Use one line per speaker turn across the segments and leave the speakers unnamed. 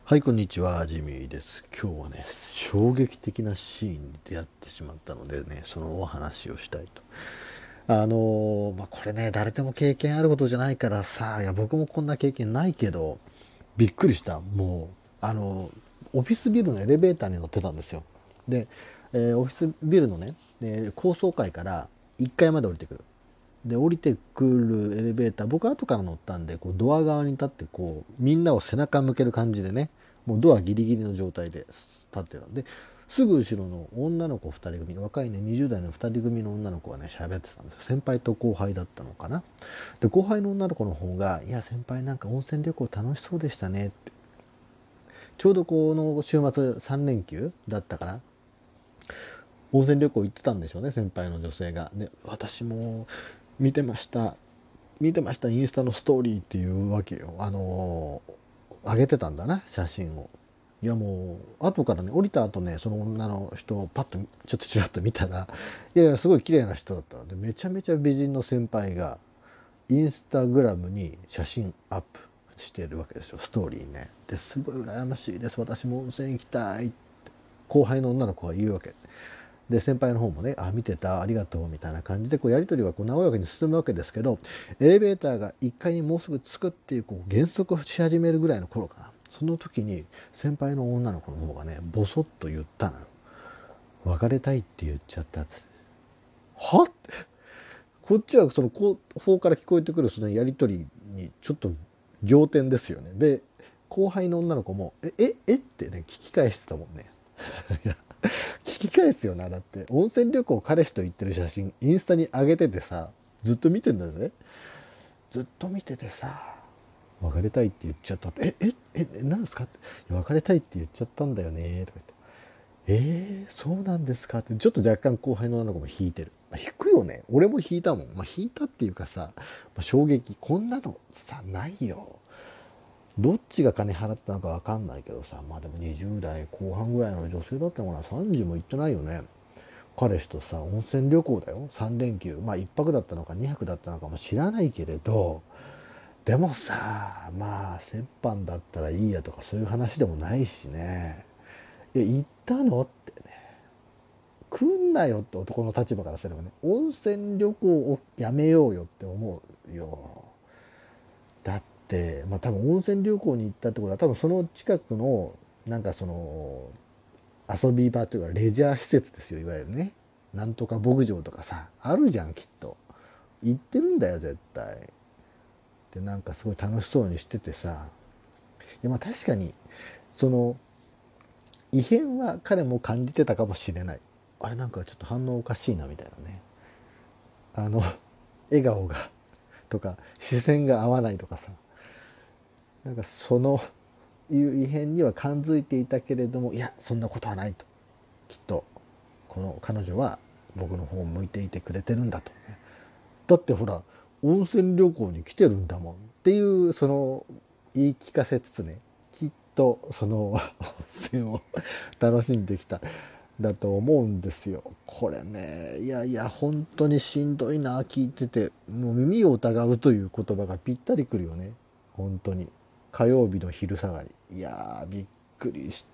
はい、こんにちは、ジミーです。今日はね、衝撃的なシーンに出会ってしまったのでね、そのお話をしたいと。これね、誰でも経験あることじゃないからさ、いや、僕もこんな経験ないけど、びっくりした。もう、オフィスビルのエレベーターに乗ってたんですよ。で、オフィスビルのね、高層階から1階まで降りてくる。で降りてくるエレベーター、僕は後から乗ったんで、こうドア側に立って、こうみんなを背中向ける感じでね、もうドアギリギリの状態で立ってたんで、すぐ後ろの女の子2人組、若いね20代の2人組の女の子がね喋ってたんです。先輩と後輩だったのかな。で後輩の女の子の方が「いや先輩、なんか温泉旅行楽しそうでしたね」って。ちょうどこの週末3連休だったから、温泉旅行行ってたんでしょうね、先輩の女性が。で私も見てました見てました、インスタのストーリーっていうわけよ。上げてたんだな、写真を。いやもう後からね、降りた後ね、その女の人をパッとちょっとちらっと見たら、いやいやすごい綺麗な人だったので、めちゃめちゃ美人の先輩がインスタグラムに写真アップしてるわけですよ、ストーリーね。ですごい羨ましいです、私も温泉行きたいって後輩の女の子が言うわけで、先輩の方もね「あ、見てた、ありがとう」みたいな感じで、こうやり取りはこう和やかに進むわけですけど、エレベーターが1階にもうすぐ着くっていう、こう減速をし始めるぐらいの頃かな、その時に先輩の女の子の方がねボソッと言ったのよ。「別れたいって言っちゃった」って。はって、こっちはその後方から聞こえてくるそのやり取りにちょっと仰天ですよね。で後輩の女の子も「えってね聞き返してたもんね。いや、聞き返すよな。だって温泉旅行彼氏と行ってる写真インスタに上げててさ、ずっと見てんだよね。ずっと見ててさ、別れたいって言っちゃったって、何ですかって、いや別れたいって言っちゃったんだよねとか言って、そうなんですかって、ちょっと若干後輩の女の子も引いてる。引くよね、俺も引いたもん。引いたっていうかさ、衝撃、こんなのさないよ。どっちが金払ったのか分かんないけどさ、でも20代後半ぐらいの女性だったのかな、30も行ってないよね。彼氏とさ温泉旅行だよ、3連休、1泊だったのか2泊だったのかも知らないけれど、でもさ、折半だったらいいやとかそういう話でもないしね。いや行ったのってね、来んなよって、男の立場からすればね、温泉旅行をやめようよって思うよ。だって多分温泉旅行に行ったってことは、多分その近くのなんかその遊び場というかレジャー施設ですよ、いわゆるね。なんとか牧場とかさあるじゃん、きっと。行ってるんだよ絶対。でなんかすごい楽しそうにしててさ、いや確かにその異変は彼も感じてたかもしれない。あれ、なんかちょっと反応おかしいなみたいなね。あの笑顔がとか視線が合わないとかさ、なんかそのいう異変には感づいていたけれども、いやそんなことはないと、きっとこの彼女は僕の方を向いていてくれてるんだと。だってほら温泉旅行に来てるんだもんっていう、その言い聞かせつつね、きっとその温泉を楽しんできただと思うんですよ。これね、いやいや本当にしんどいな、聞いてて。もう耳を疑うという言葉がぴったりくるよね、本当に。火曜日の昼下がり、いやびっくりした。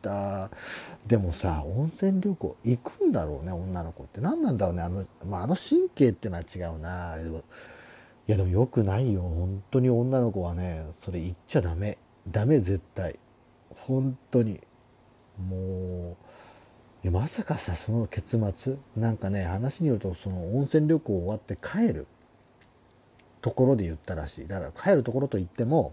でもさ、温泉旅行行くんだろうね、女の子って。何なんだろうね、あの神経ってのは違うな、あれ。いやでもよくないよ、本当に。女の子はねそれ言っちゃダメ。ダメ絶対。本当に。もう、いやまさかさ、その結末なんかね、話によると、その温泉旅行終わって帰るところで言ったらしい。だから帰るところといっても、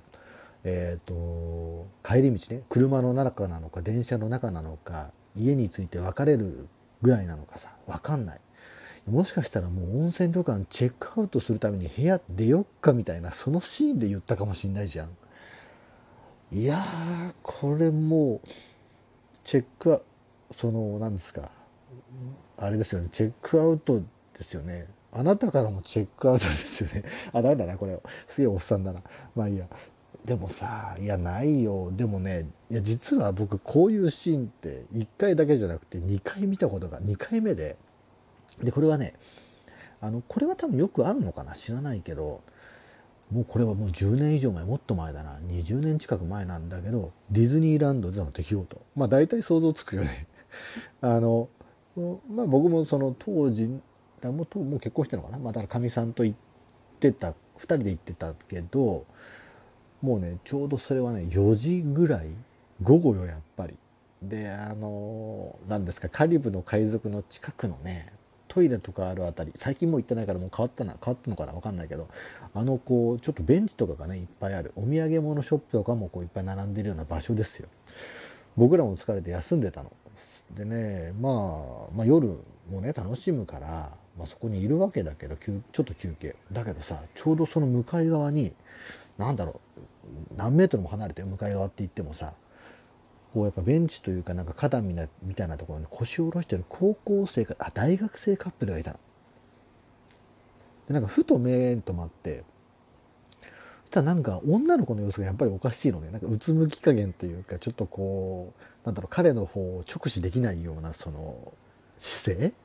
帰り道ね、車の中なのか電車の中なのか家に着いて別れるぐらいなのかさ、分かんない。もしかしたらもう温泉旅館チェックアウトするために部屋出よっかみたいな、そのシーンで言ったかもしんないじゃん。いやー、これもうチェックアその何ですか、あれですよね、チェックアウトですよね。あなたからもチェックアウトですよね。あ、なんだなこれ、すげえおっさんだな。いいや。でもさ、いやないよ。でもね、いや実は僕こういうシーンって1回だけじゃなくて2回見たことが、2回目で。これはね、これは多分よくあるのかな、知らないけど、 もうこれはもう10年以上前、もっと前だな、20年近く前なんだけど、ディズニーランドでの出来事、まあ大体想像つくよね。あのまあ僕もその当時もう結婚してるのかな、まあ、だからかみさんと行ってた、2人で行ってたけど、もうねちょうどそれはね4時ぐらい、午後よやっぱり。で何ですか、カリブの海賊の近くのねトイレとかあるあたり、最近もう行ってないからもう変わったのかな、分かんないけど、こうちょっとベンチとかがねいっぱいある、お土産物ショップとかもこういっぱい並んでるような場所ですよ。僕らも疲れて休んでたのでね、まあ夜もね楽しむから、まあ、そこにいるわけだけど、ちょっと休憩だけどさ、ちょうどその向かい側に、なんだろう、何メートルも離れて向かい側って言ってもさ、こうやっぱベンチというか、なんか花壇みたいなところに腰を下ろしてる高校生か、大学生カップルがいたの。でなんかふと目に留まって、そしたらなんか女の子の様子がやっぱりおかしいのね。なんかうつむき加減というか、ちょっとこうなんだろう、彼の方を直視できないようなその姿勢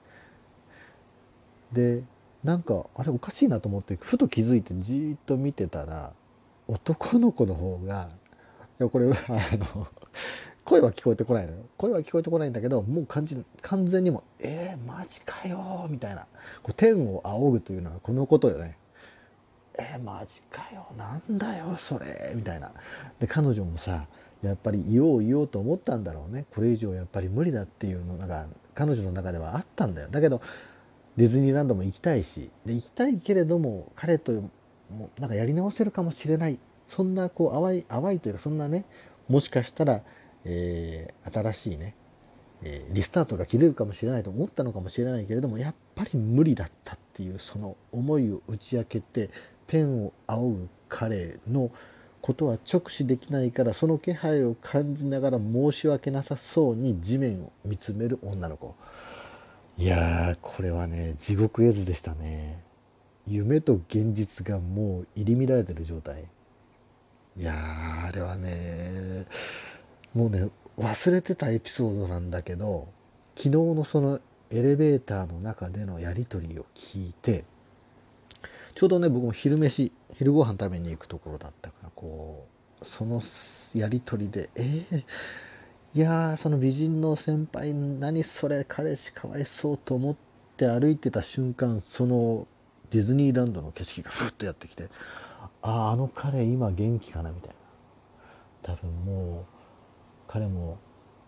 で、なんかあれおかしいなと思ってふと気づいてじーっと見てたら、男の子の方が、いやこれ声は聞こえてこないのよ。声は聞こえてこないんだけど、もう完全にもうマジかよみたいな、こう天を仰ぐというのはこのことよね。マジかよなんだよそれみたいな。で彼女もさ、やっぱり言おうと思ったんだろうね。これ以上やっぱり無理だっていうのが彼女の中ではあったんだよ。だけどディズニーランドも行きたいし、で行きたいけれども彼ともなんかやり直せるかもしれない、そんなこう淡いというか、そんなね、もしかしたら、新しいね、リスタートが切れるかもしれないと思ったのかもしれないけれども、やっぱり無理だったっていうその思いを打ち明けて、天を仰ぐ彼のことは直視できないから、その気配を感じながら申し訳なさそうに地面を見つめる女の子。いやー、これはね地獄絵図でしたね。夢と現実がもう入り乱れてる状態。いやー、あれはね、もうね忘れてたエピソードなんだけど、昨日のそのエレベーターの中でのやり取りを聞いて、ちょうどね僕も昼ご飯食べに行くところだったから、こうそのやり取りでいやー、その美人の先輩何それ彼氏かわいそうと思って歩いてた瞬間、そのディズニーランドの景色がふっとやってきて、あの彼今元気かなみたいな。多分もう彼も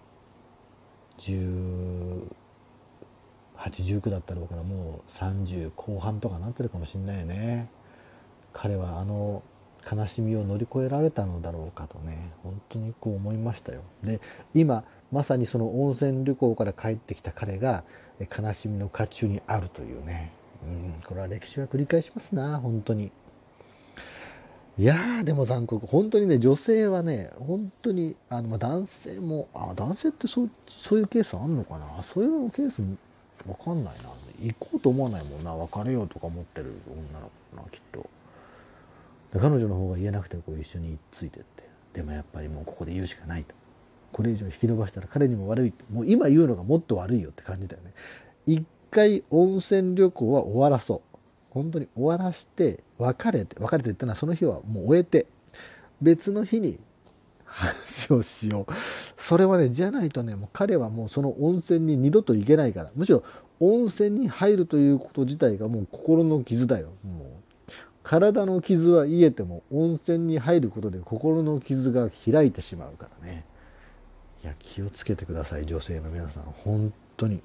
18、19だったろうから、もう30後半とかなってるかもしんないよね。彼は悲しみを乗り越えられたのだろうかとね、本当にこう思いましたよ。で今まさにその温泉旅行から帰ってきた彼が悲しみの渦中にあるというね、これは歴史は繰り返しますな本当に。いやーでも残酷、本当にね、女性はね本当にまあ男性も、男性ってそういうケースあんのかな、そういうケースわかんないな。行こうと思わないもんな、別れようとか思ってる女の子な、きっと。で彼女の方が言えなくてこう一緒についてって、でもやっぱりもうここで言うしかないと、これ以上引き延ばしたら彼にも悪い、もう今言うのがもっと悪いよって感じだよね。一回温泉旅行は終わらそう、本当に終わらして、別れてってのはその日はもう終えて、別の日に話をしよう。それはね、じゃないとね、もう彼はもうその温泉に二度と行けないから、むしろ温泉に入るということ自体がもう心の傷だよ。もう体の傷は癒えても温泉に入ることで心の傷が開いてしまうからね。いや気をつけてください女性の皆さん、本当に。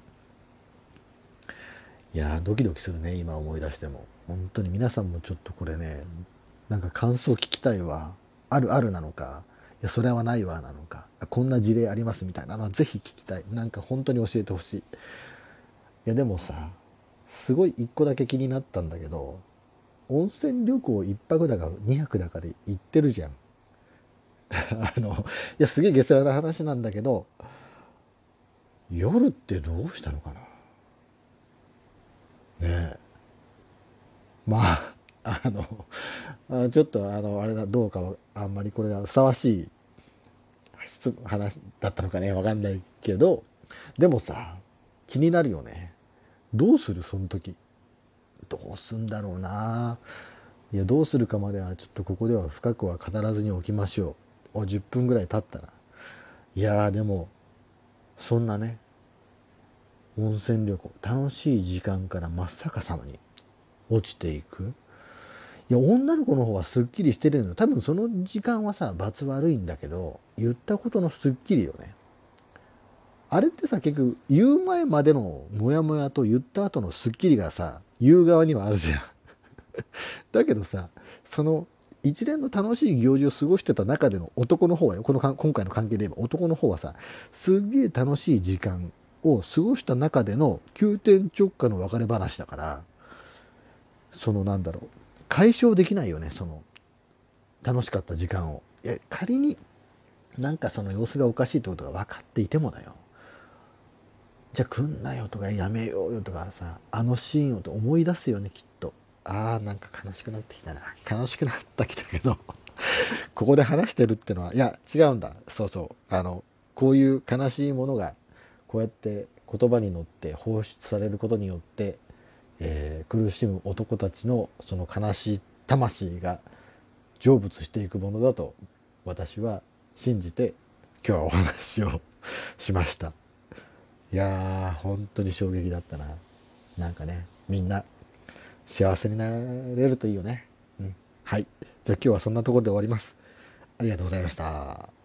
いやドキドキするね、今思い出しても。本当に皆さんもちょっとこれね、なんか感想聞きたいわ。あるあるなのか、いやそれはないわなのか、こんな事例ありますみたいなのはぜひ聞きたい。なんか本当に教えてほしい。いやでもさ、すごい一個だけ気になったんだけど、温泉旅行一泊だか二泊だかで行ってるじゃん。いやすげえ下世話な話なんだけど、夜ってどうしたのかなね。まあちょっとあれだどうかはあんまりこれがふさわしい話だったのかね、わかんないけど、でもさ気になるよね。どうするその時、どうすんだろうな。 いや、どうするかまではちょっとここでは深くは語らずにおきましょう。10分ぐらい経ったな。いやー、でもそんなね、温泉旅行楽しい時間から真っ逆さまに落ちていく。いや、女の子の方はすっきりしてるのよ。多分その時間はさ、罰悪いんだけど、言ったことのすっきりよね。あれってさ、結局言う前までのモヤモヤと言った後のすっきりがさ、言う側にはあるじゃん。だけどさ、その一連の楽しい行事を過ごしてた中での男の方はよ、今回の関係で言えば男の方はさ、すっげえ楽しい時間を過ごした中での急転直下の別れ話だから、そのなんだろう、解消できないよね、その楽しかった時間を。いや、仮になんかその様子がおかしいってことが分かっていてもだよ。じゃあ来んなよとかやめようよとかさ、あのシーンをと思い出すよね、きっと。あー、なんか悲しくなってきたな。悲しくなってきたけどここで話してるってのは、いや違うんだ、そうそう、こういう悲しいものがこうやって言葉に乗って放出されることによって、苦しむ男たちのその悲しい魂が成仏していくものだと私は信じて今日はお話をしました。いやー、本当に衝撃だったな。なんかね、みんな幸せになれるといいよね。うん。はい。じゃあ今日はそんなところで終わります。ありがとうございました。